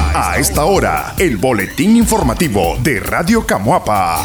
A esta hora, el boletín informativo de Radio Camuapa.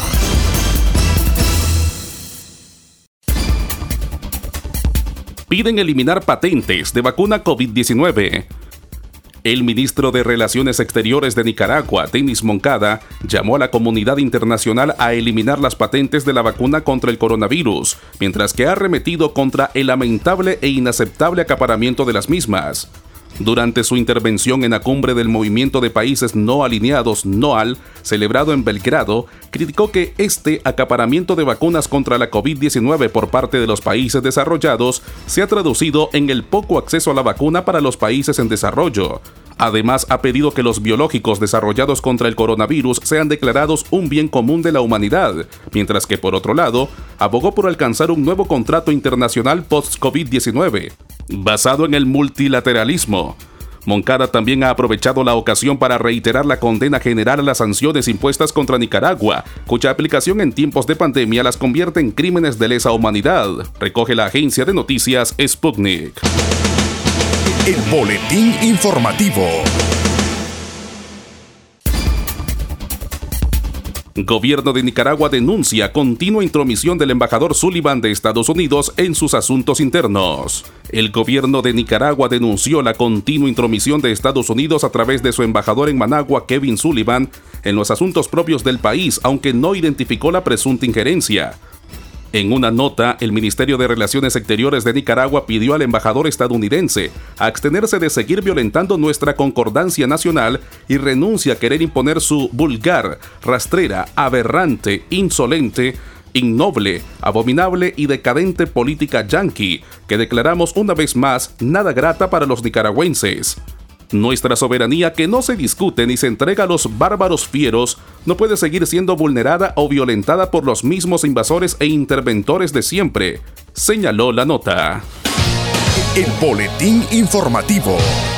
Piden eliminar patentes de vacuna COVID-19. El ministro de Relaciones Exteriores de Nicaragua, Denis Moncada, llamó a la comunidad internacional a eliminar las patentes de la vacuna contra el coronavirus, mientras que ha arremetido contra el lamentable e inaceptable acaparamiento de las mismas. Durante su intervención en la cumbre del Movimiento de Países No Alineados, NOAL, celebrado en Belgrado, criticó que este acaparamiento de vacunas contra la COVID-19 por parte de los países desarrollados se ha traducido en el poco acceso a la vacuna para los países en desarrollo. Además, ha pedido que los biológicos desarrollados contra el coronavirus sean declarados un bien común de la humanidad, mientras que, por otro lado, abogó por alcanzar un nuevo contrato internacional post-COVID-19, basado en el multilateralismo. Moncada también ha aprovechado la ocasión para reiterar la condena general a las sanciones impuestas contra Nicaragua, cuya aplicación en tiempos de pandemia las convierte en crímenes de lesa humanidad, recoge la agencia de noticias Sputnik. El boletín informativo. Gobierno de Nicaragua denuncia continua intromisión del embajador Sullivan de Estados Unidos en sus asuntos internos. El gobierno de Nicaragua denunció la continua intromisión de Estados Unidos a través de su embajador en Managua, Kevin Sullivan, en los asuntos propios del país, aunque no identificó la presunta injerencia. En una nota, el Ministerio de Relaciones Exteriores de Nicaragua pidió al embajador estadounidense a abstenerse de seguir violentando nuestra concordancia nacional y renuncia a querer imponer su vulgar, rastrera, aberrante, insolente, innoble, abominable y decadente política yanqui, que declaramos una vez más nada grata para los nicaragüenses. Nuestra soberanía, que no se discute ni se entrega a los bárbaros fieros, no puede seguir siendo vulnerada o violentada por los mismos invasores e interventores de siempre, señaló la nota. El boletín informativo.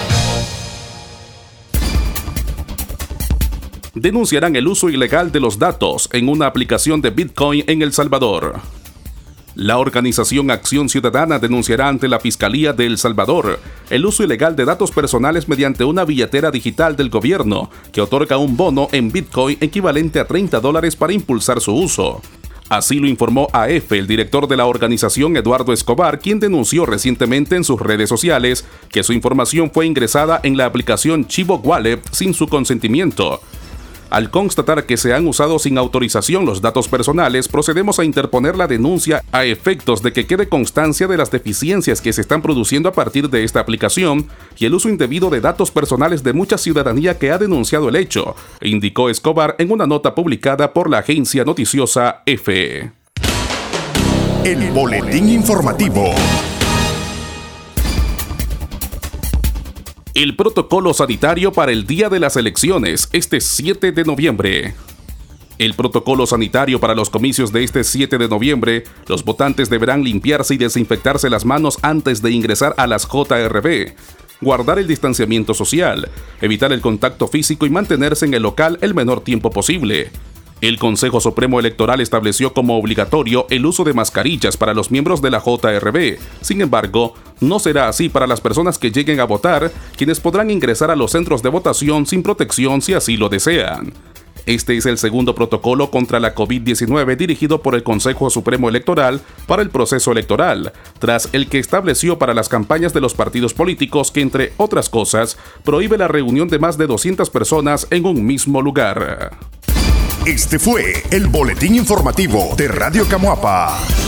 Denunciarán el uso ilegal de los datos en una aplicación de Bitcoin en El Salvador. La organización Acción Ciudadana denunciará ante la Fiscalía de El Salvador el uso ilegal de datos personales mediante una billetera digital del gobierno que otorga un bono en Bitcoin equivalente a $30 para impulsar su uso. Así lo informó AF el director de la organización, Eduardo Escobar, quien denunció recientemente en sus redes sociales que su información fue ingresada en la aplicación Chivo Wallet sin su consentimiento. Al constatar que se han usado sin autorización los datos personales, procedemos a interponer la denuncia a efectos de que quede constancia de las deficiencias que se están produciendo a partir de esta aplicación y el uso indebido de datos personales de mucha ciudadanía que ha denunciado el hecho, indicó Escobar en una nota publicada por la agencia noticiosa EFE. El boletín informativo. El protocolo sanitario para el día de las elecciones, este 7 de noviembre. El protocolo sanitario para los comicios de este 7 de noviembre, los votantes deberán limpiarse y desinfectarse las manos antes de ingresar a las JRB, guardar el distanciamiento social, evitar el contacto físico y mantenerse en el local el menor tiempo posible. El Consejo Supremo Electoral estableció como obligatorio el uso de mascarillas para los miembros de la JRB. Sin embargo, no será así para las personas que lleguen a votar, quienes podrán ingresar a los centros de votación sin protección si así lo desean. Este es el segundo protocolo contra la COVID-19 dirigido por el Consejo Supremo Electoral para el proceso electoral, tras el que estableció para las campañas de los partidos políticos que, entre otras cosas, prohíbe la reunión de más de 200 personas en un mismo lugar. Este fue el boletín informativo de Radio Camuapa.